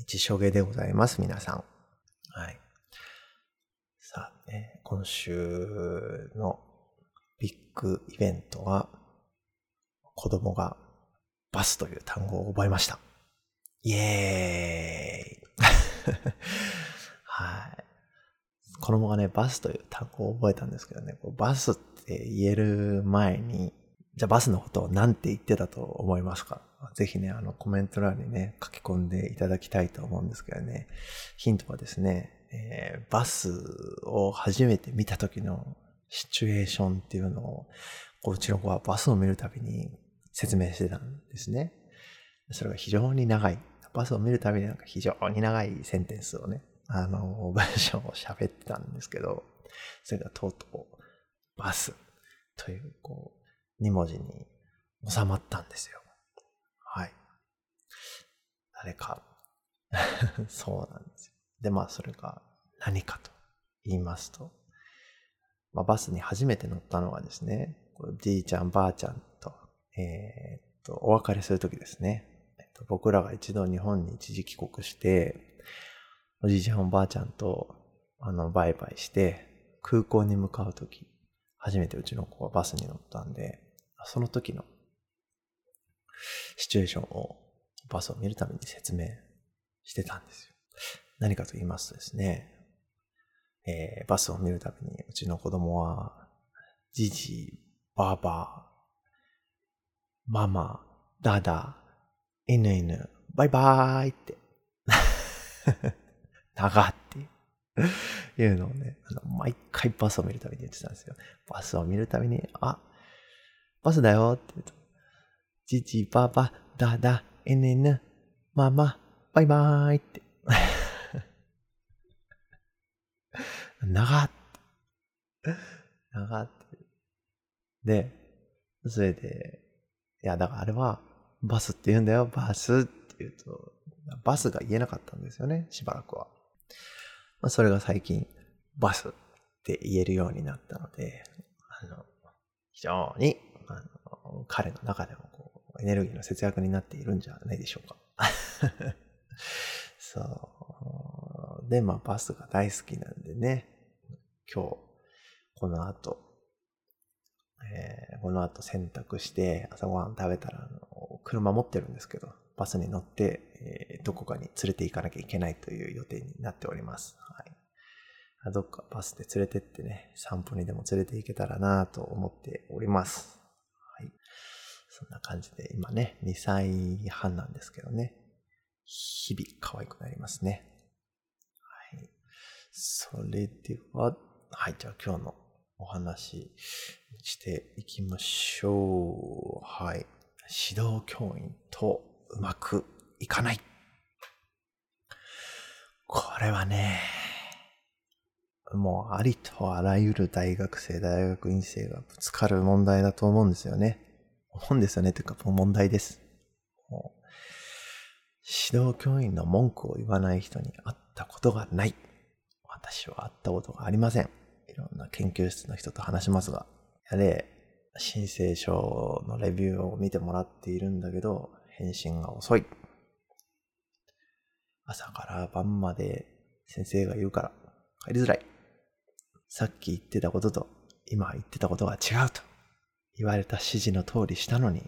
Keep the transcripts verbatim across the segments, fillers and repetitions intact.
一しょげでございます、皆さん。はい。さあ、ね、今週のビッグイベントは、子供がバスという単語を覚えました。イエーイはい。子供がね、バスという単語を覚えたんですけどね、バスって言える前に、じゃあバスのことを何て言ってたと思いますか？ぜひね、あのコメント欄にね、書き込んでいただきたいと思うんですけどね、ヒントはですね、えー、バスを初めて見た時のシチュエーションっていうのを、うちの子はバスを見るたびに説明してたんですね。それが非常に長い。バスを見るたびになんか非常に長いセンテンスをね、あの、文章を喋ってたんですけど、それがとうとう、バスという、こう、に文字に収まったんですよ。はい。誰か、そうなんですよ。で、まあ、それが何かと言いますと、まあ、バスに初めて乗ったのはですね、じいちゃんばあちゃんと、えー、っと、お別れするときですね。えっと、僕らが一度日本に一時帰国して、おじいちゃんおばあちゃんと、あの、バイバイして、空港に向かうとき、初めてうちの子はバスに乗ったんで、その時のシチュエーションをバスを見るために説明してたんですよ。何かと言いますとですね、えー、バスを見るたびにうちの子供は、じじ、ばあば、ママ、ダダ、犬犬、バイバーイって長っていうのをね、あの毎回バスを見るたびに言ってたんですよ。バスを見るたびに、あ、バスだよって言うと、じじ、ばば、だだ、えねぬ、まま、バイバーイって。長って。長って。で、それで、いや、だからあれは、バスって言うんだよ、バスって言うと、バスが言えなかったんですよね、しばらくは。まあ、それが最近、バスって言えるようになったので、あの、非常に、あの、彼の中でもこう、エネルギーの節約になっているんじゃないでしょうか。そう。で、まあ、バスが大好きなんでね、今日、この後、えー、この後洗濯して朝ごはん食べたら、あの、車持ってるんですけど、バスに乗って、えー、どこかに連れて行かなきゃいけないという予定になっております。はい。どっかバスで連れてってね、散歩にでも連れて行けたらなと思っております。はい。そんな感じで、今ね、にさいはんなんですけどね、日々可愛くなりますね。はい。それでは、はい、じゃあ今日のお話していきましょう。はい。指導教員とうまくいかない。これはね、もうありとあらゆる大学生、大学院生がぶつかる問題だと思うんですよね。思うんですよね。というか、もう問題です。もう指導教員の文句を言わない人に会ったことがない。私は会ったことがありません。いろんな研究室の人と話しますが、やれ、申請書のレビューを見てもらっているんだけど、返信が遅い。朝から晩まで先生が言うから帰りづらい。さっき言ってたことと今言ってたことが違うと言われた指示の通りしたのに、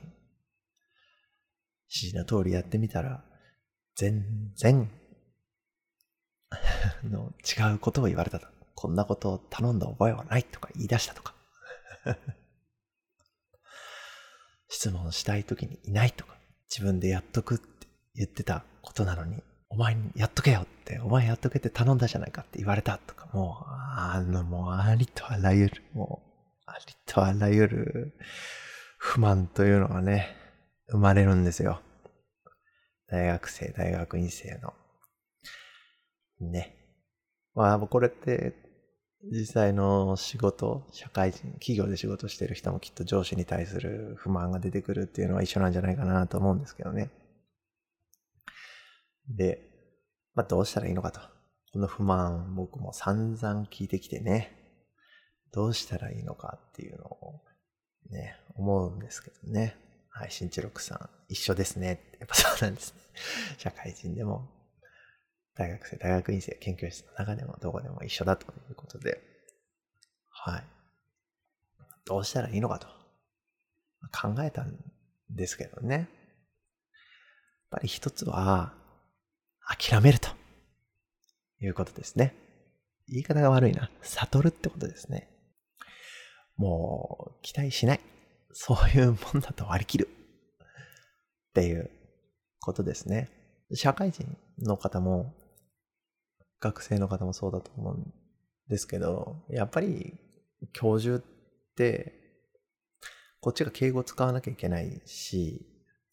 指示の通りやってみたら全然の違うことを言われたと。こんなことを頼んだ覚えはないとか言い出したとか質問したいときにいないとか、自分でやっとくって言ってたことなのに、お前にやっとけよって、お前やっとけって頼んだじゃないかって言われたとか、もう、あの、もうありとあらゆる、もう、ありとあらゆる不満というのがね、生まれるんですよ。大学生、大学院生の。ね。まあ、これって、実際の仕事、社会人、企業で仕事してる人もきっと上司に対する不満が出てくるっていうのは一緒なんじゃないかなと思うんですけどね。で、まあ、どうしたらいいのかと。この不満、僕も散々聞いてきてね、どうしたらいいのかっていうのをね、思うんですけどね。はい、新一六さん、一緒ですね。やっぱそうなんですね。社会人でも、 大学生、大学院生、研究室の中でもどこでも一緒だということで、はい。どうしたらいいのかと考えたんですけどね。やっぱり一つは、諦めるということですね。言い方が悪いな。悟るってことですね。もう、期待しない。そういうもんだと割り切る。っていうことですね。社会人の方も、学生の方もそうだと思うんですけど、やっぱり教授って、こっちが敬語使わなきゃいけないし、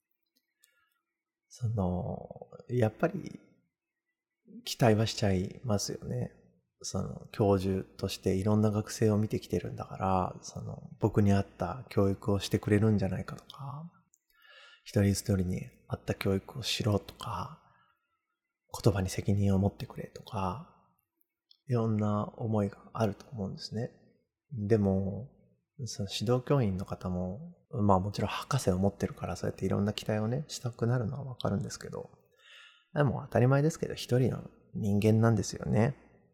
その、やっぱり期待はしちゃいますよね。その教授としていろんな学生を見てきてるんだから、その僕に合った教育をしてくれるんじゃないかとか、一人一人に合った教育をしろとか、言葉に責任を持ってくれとか、いろんな思いがあると思うんですね。でも、その指導教員の方も、まあもちろん博士を持ってるからそうやっていろんな期待をね、したくなるのはわかるんですけど、でも当たり前ですけど一人の人間なんですよね。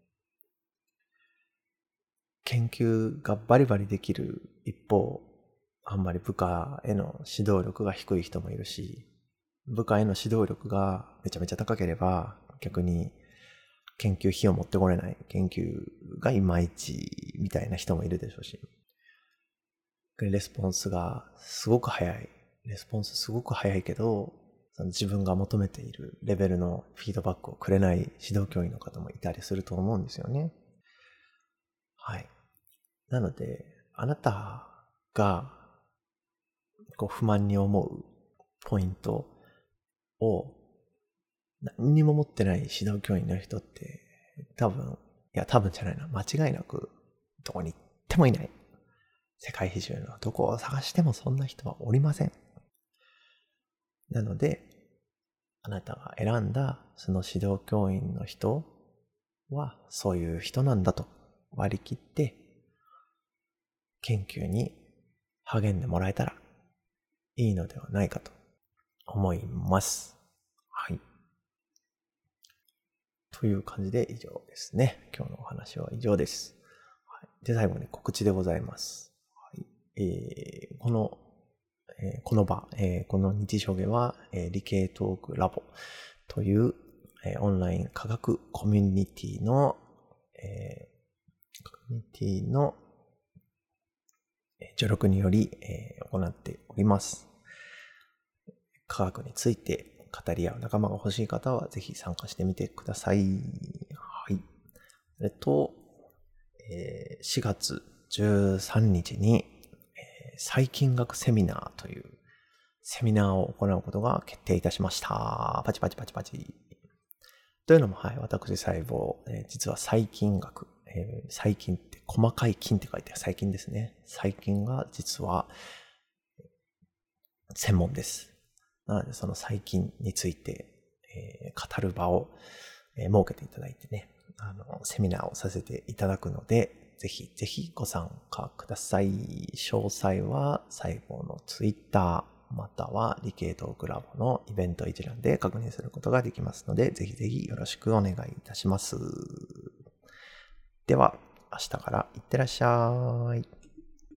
研究がバリバリできる一方、あんまり部下への指導力が低い人もいるし、部下への指導力がめちゃめちゃ高ければ、逆に研究費を持ってこれない、研究がいまいちみたいな人もいるでしょうし、レスポンスがすごく早い。レスポンスすごく早いけど、その自分が求めているレベルのフィードバックをくれない指導教員の方もいたりすると思うんですよね。はい。なので、あなたがこう不満に思うポイントを何にも持ってない指導教員の人って多分、いや多分じゃないな、間違いなくどこに行ってもいない。世界中のどこを探してもそんな人はおりません。なので、あなたが選んだその指導教員の人はそういう人なんだと割り切って研究に励んでもらえたらいいのではないかと思います。はい。という感じで以上ですね。今日のお話は以上です。はい、で、最後に告知でございます。はいえー、この、えー、この場、えー、この日常芸は、えー、理系トークラボという、えー、オンライン科学コミュニティの、えー、コミュニティの助力により、えー、行っております。科学について語り合う仲間が欲しい方はぜひ参加してみてください。はい。えっと、えー、しがつじゅうさんにちに、えー、細菌学セミナーというセミナーを行うことが決定いたしました。パチパチパチパチ。というのも、はい、私細胞、えー、実は細菌学、えー、細菌って細かい菌って書いて細菌ですね。細菌が実は専門です。なので、その細菌について、えー、語る場を、えー、設けていただいてね、あの、セミナーをさせていただくので、ぜひぜひご参加ください。詳細は細胞のツイッター、または理系トークラボのイベント一覧で確認することができますので、ぜひぜひよろしくお願いいたします。では、明日からいってらっしゃい。